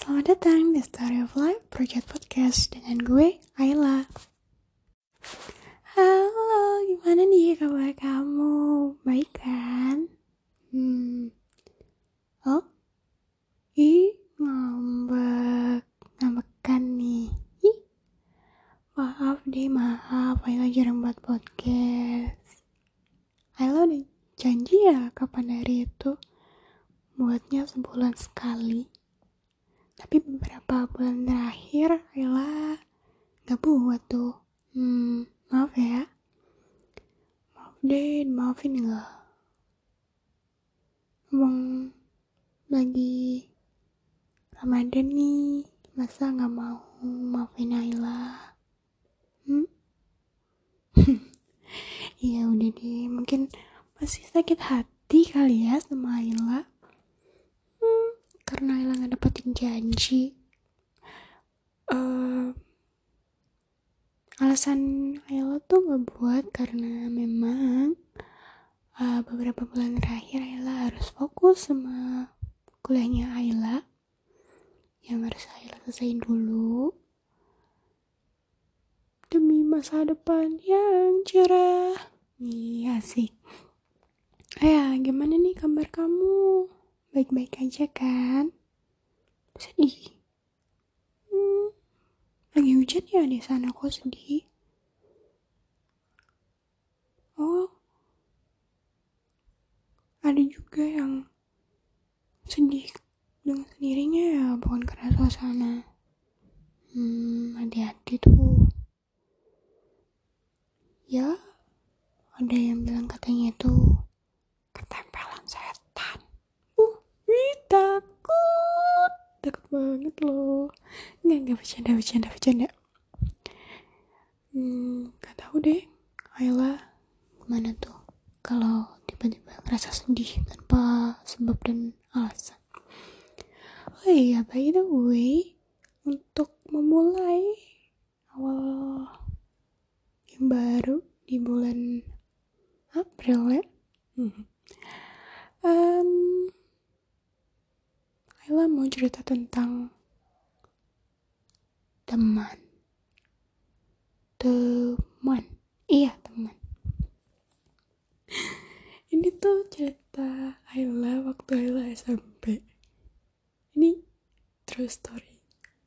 Selamat datang di Story of Life Project Podcast dengan gue, Ayla. Halo, gimana nih kabar kamu? Baik kan? Oh? Ngambek kan nih. Maaf, Ayla jarang buat podcast. Ayla udah janji ya kapan hari itu buatnya sebulan sekali. Tapi beberapa bulan terakhir Ayla gak buat tuh. Maaf ya. Maafin gak? Emang lagi Ramadan nih, masa gak mau maafin Ayla? Ya udah deh, mungkin masih sakit hati kali ya sama Ayla. Karena Ayla gak dapetin janji. Alasan Ayla tuh ngebuat karena memang beberapa bulan terakhir Ayla harus fokus sama kuliahnya Ayla yang harus Ayla selesaiin dulu demi masa depan yang cerah. Iya sih. Gimana nih kabar kamu? Baik-baik aja kan? Sedih? Lagi hujan ya di sana, kok sedih? Oh, ada juga yang sedih dengan sendirinya ya, bukan karena suasana. Hati-hati tuh. Ya, ada yang bilang katanya tuh ketempelan setan. Takut banget loh. Nggak bercanda. Gak tahu deh, Ayla gimana tuh kalau tiba-tiba ngerasa sedih tanpa sebab dan alasan. Oh iya, by the way, untuk memulai awal yang baru di bulan April ya, Ayla mau cerita tentang teman. Iya, teman. Ini tuh cerita Ayla waktu Ayla SMP. Ini true story.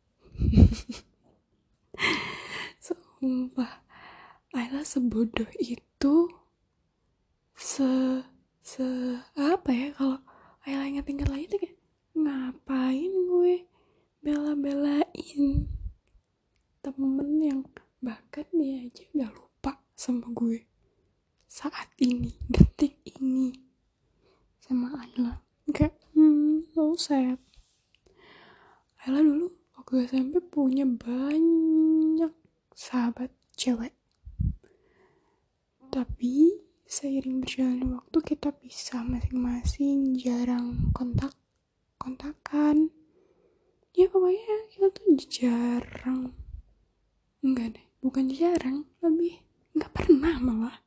Sumpah, Ayla sebodoh itu. Apa ya, kalau Ayla ingat-ingat lagi tuh kayak, ngapain gue bela-belain temen yang bahkan dia aja udah lupa sama gue saat ini, detik ini, sama Ayla. Kayak so sad. Ayla dulu waktu SMP punya banyak sahabat cewek, tapi seiring berjalannya waktu kita pisah masing-masing, jarang kontakan. Ya pokoknya kita tuh jarang, bukan jarang, lebih nggak pernah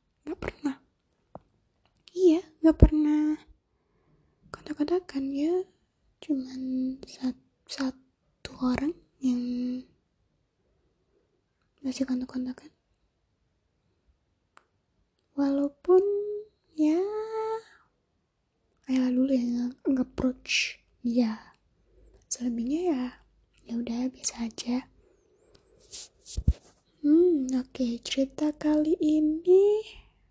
kontak-kontakan ya. Cuman satu orang yang masih kontak-kontakan, walaupun ya Ayla dulu yang nge-approach dia. Selebihnya ya udah biasa aja. Oke, cerita kali ini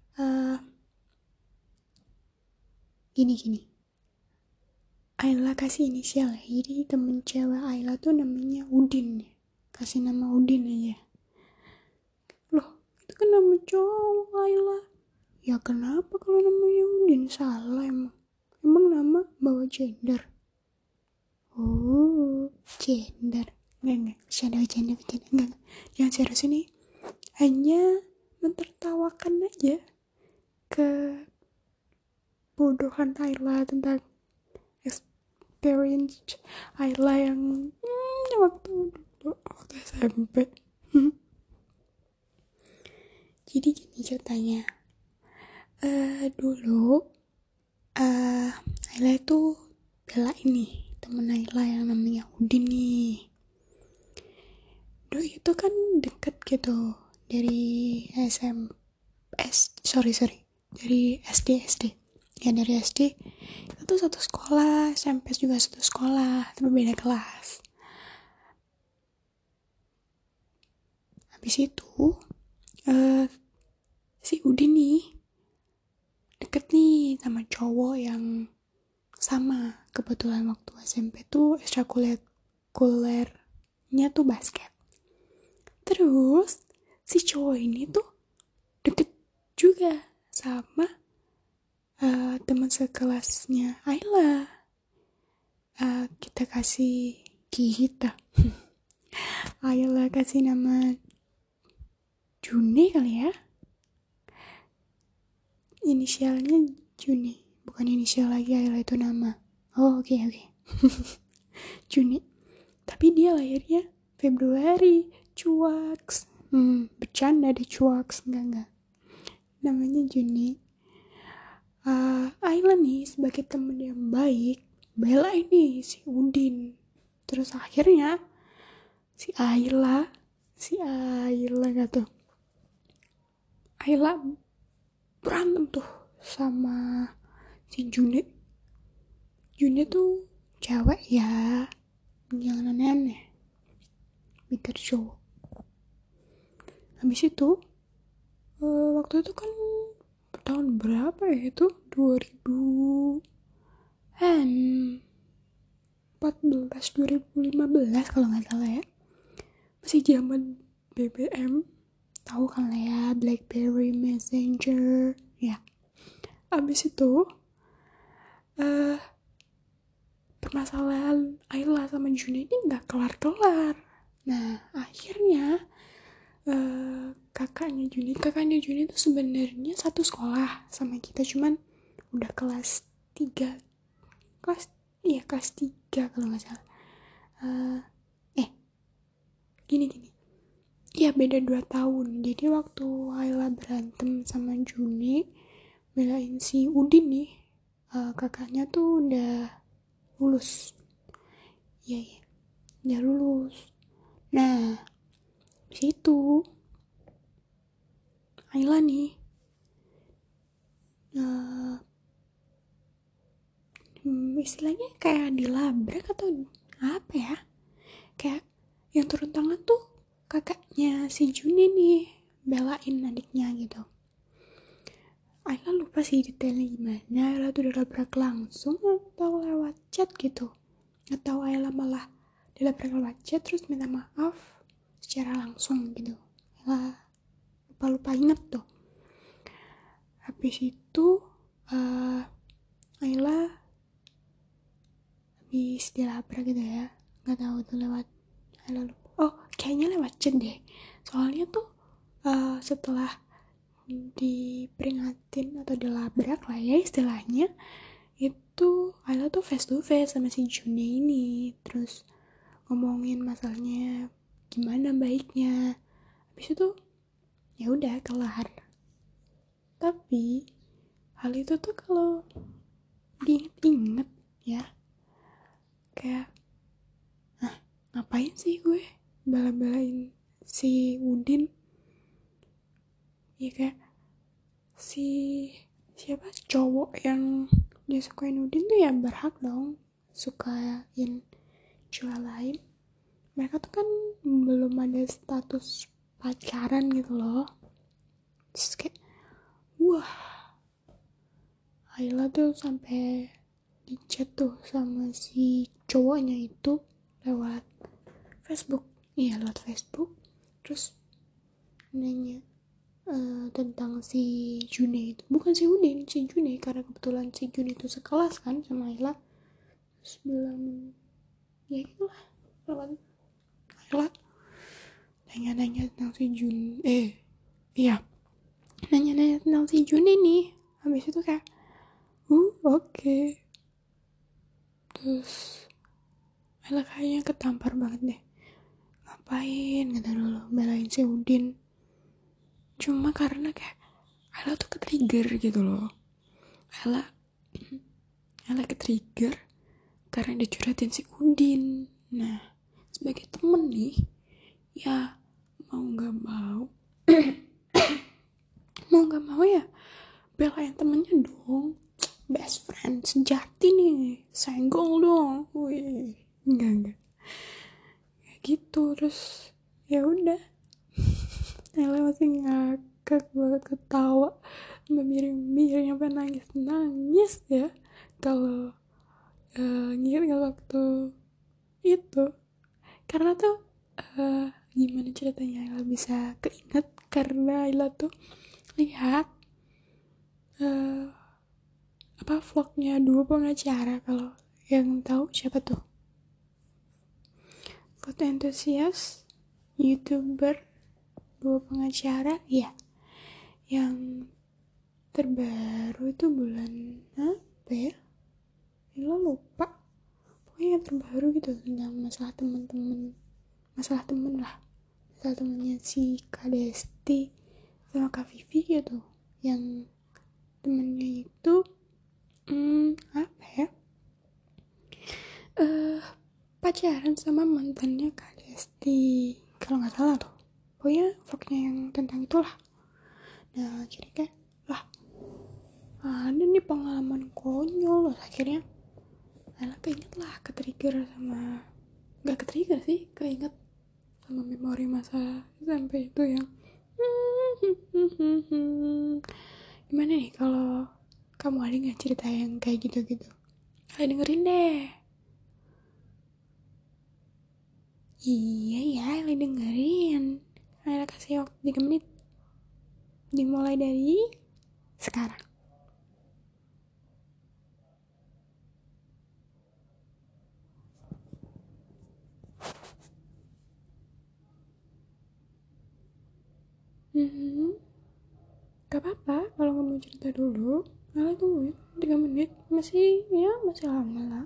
gini. Ayla kasih inisial ya. Jadi temen cewek Ayla tuh namanya Udin ya. Kasih nama Udin aja. Loh, itu kan nama cowok Ayla. Ya kenapa kalau namanya Udin? Salah emang. Emang nama bawa gender. Oh, gender. Enggak. Bercanda. Enggak. Yang serius ini hanya mentertawakan aja ke bodohan Ayla tentang experience Ayla yang waktu SMP. Jadi gini ceritanya. Dulu Ayla itu bela ini temen Naila yang namanya Udin nih. Doi itu kan deket gitu dari dari SD. Ya dari SD itu satu sekolah, SMP juga satu sekolah, tapi beda kelas. Habis itu si Udin nih deket nih sama cowok yang sama. Kebetulan waktu SMP tuh ekstrakurikulernya tuh basket. Terus si cowok ini tuh deket juga sama teman sekelasnya Ayla. Kita Ayla kasih nama Juni kali ya. Inisialnya Juni, bukan inisial lagi, Ayla itu nama. Oh oke. Juni. Tapi dia lahirnya Februari. Cuaks. Bercanda deh, cuaks. Enggak. Namanya Juni. Ayla nih sebagai temen yang baik bela ini si Udin. Terus akhirnya si Ayla gak tuh, Ayla berantem tuh sama si Juni tuh cewek ya, jangan aneh-aneh, bitter cowok. Habis itu waktu itu kan tahun berapa ya itu, 2015 kalau nggak salah ya, masih zaman BBM, tahu kan lah ya, BlackBerry Messenger ya. Abis itu permasalahan Ayla sama Juni ini nggak kelar-kelar. Nah akhirnya kakaknya Juni itu sebenarnya satu sekolah sama kita, cuman udah kelas 3 kalau nggak salah. Gini iya, beda 2 tahun. Jadi waktu Ayla berantem sama Juni belain si Udin nih, kakaknya tuh udah lulus. Iya, udah lulus. Nah situ Ayla nih istilahnya kayak dilabrak atau apa ya, kayak yang turun tangan tuh kakaknya si Juni nih, belain adiknya gitu. Ayla lupa sih detailnya gimana. Ayla tuh dilabrak langsung atau lewat chat gitu, atau Ayla malah dilabrak lewat chat terus minta maaf secara langsung gitu. Ayla lupa inget tuh. Habis itu Ayla habis dilabrak gitu ya, nggak tahu tuh lewat Ayla lupa. Oh kayaknya lewat chat deh, soalnya tuh setelah diperingatin atau dilabrak lah ya istilahnya, itu Ayla tuh face to face sama si Juni ini, terus ngomongin masalahnya gimana baiknya. Habis itu ya udah kelar. Tapi hal itu tuh kalau diinget ya, kayak ngapain sih gue bela-belain si Udin ya, kayak si siapa cowok yang dia sukain Udin tuh ya berhak dong sukain cewek lain. Mereka tuh kan belum ada status pacaran gitu loh. Terus kayak wah, Ayla tuh sampai di chat tuh sama si cowoknya itu lewat Facebook. Terus nanya tentang si Juni itu, bukan si Udin, si Juni, karena kebetulan si Juni itu sekelas kan sama Ayla. Terus bilang ya itulah, lewat Ayla nanya-nanya tentang si Juni, nanya-nanya tentang si Juni nih. Habis itu kayak oke. Terus Ayla kayaknya ketampar banget deh, ngapain kata dulu belain si Udin. Cuma karena kayak Ayla tuh ke-trigger gitu loh. Ayla ke-trigger karena dicurhatin si Udin. Nah, sebagai temen nih, ya mau nggak mau ya belain temennya dong. Best friend sejati nih, senggol dong. Wih, enggak ya gitu. Terus ya udah, Ella masih ngakak banget, ketawa miring-miring sampai nangis ya kalau nginget waktu itu. Karena tuh gimana ceritanya Ella bisa keinget, karena Ella tuh lihat vlognya dua pengacara. Kalau yang tahu siapa tuh, foto entusias YouTuber dua pengacara ya, yang terbaru itu bulan apa ya, Ella lupa. Pokoknya yang terbaru gitu, tentang masalah temen lah, masalah temennya si Kak Desti sama Kak Vivi gitu, yang temennya itu apa ya, pacaran sama mantannya Kak Desti kalau nggak salah tuh. Pokoknya vlognya yang tentang itulah. Nah akhirnya kayak lah, ada nih pengalaman konyol. Akhirnya Ella keinget lah, keinget sama memori masa SMP itu yang gimana nih kalau kamu ada nggak cerita yang kayak gitu-gitu? Kalian dengerin deh. Iya ya, kalian dengerin. Kalian kasih waktu 3 menit. Dimulai dari sekarang. Gak apa-apa kalau nggak mau cerita dulu. Kalian tungguin 3 menit. Masih lama lah.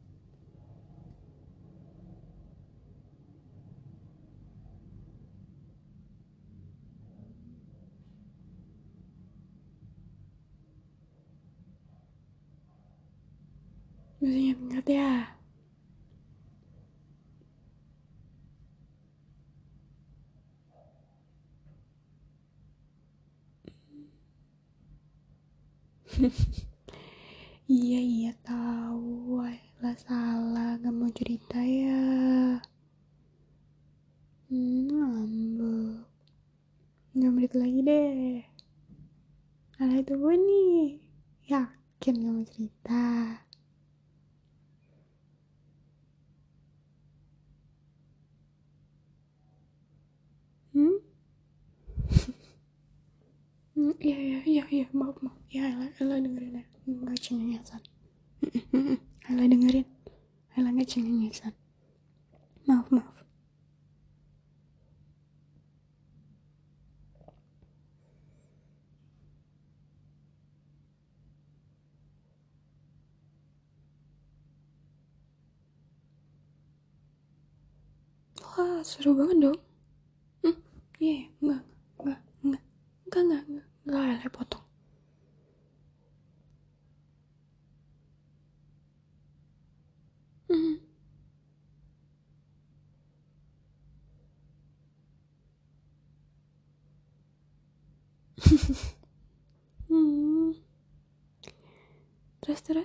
Masih ingat ya. Iya tahu, lah salah, nggak mau cerita ya. Ngambek. 2 menit lagi deh. Alah itu gue nih. Yakin gak mau cerita? Hmm? Iya, maaf. Ya, Ella dengerin ya. Nggak cengengesan. Ella dengerin. Ella nggak cengengesan. Maaf. Wah, seru banget dong. Iya, enggak, Ella potong. Hmm. Hmm. Terus.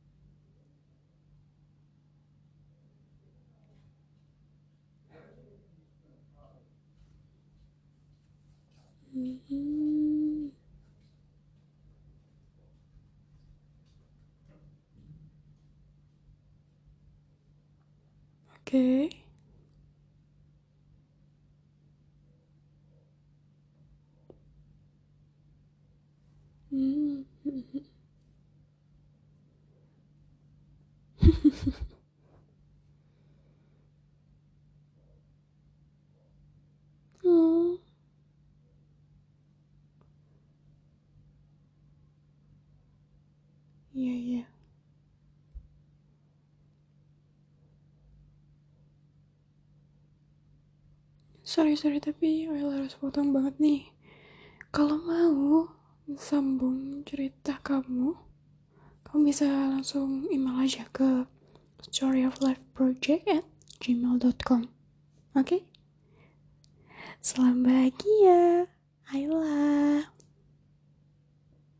Oke. Hmm. Oh, iya. Sorry, tapi Ella harus potong banget nih. Kalau mau sambung cerita kamu bisa langsung email aja ke storyoflifeproject@gmail.com. Oke? Selamat bahagia, Ayla.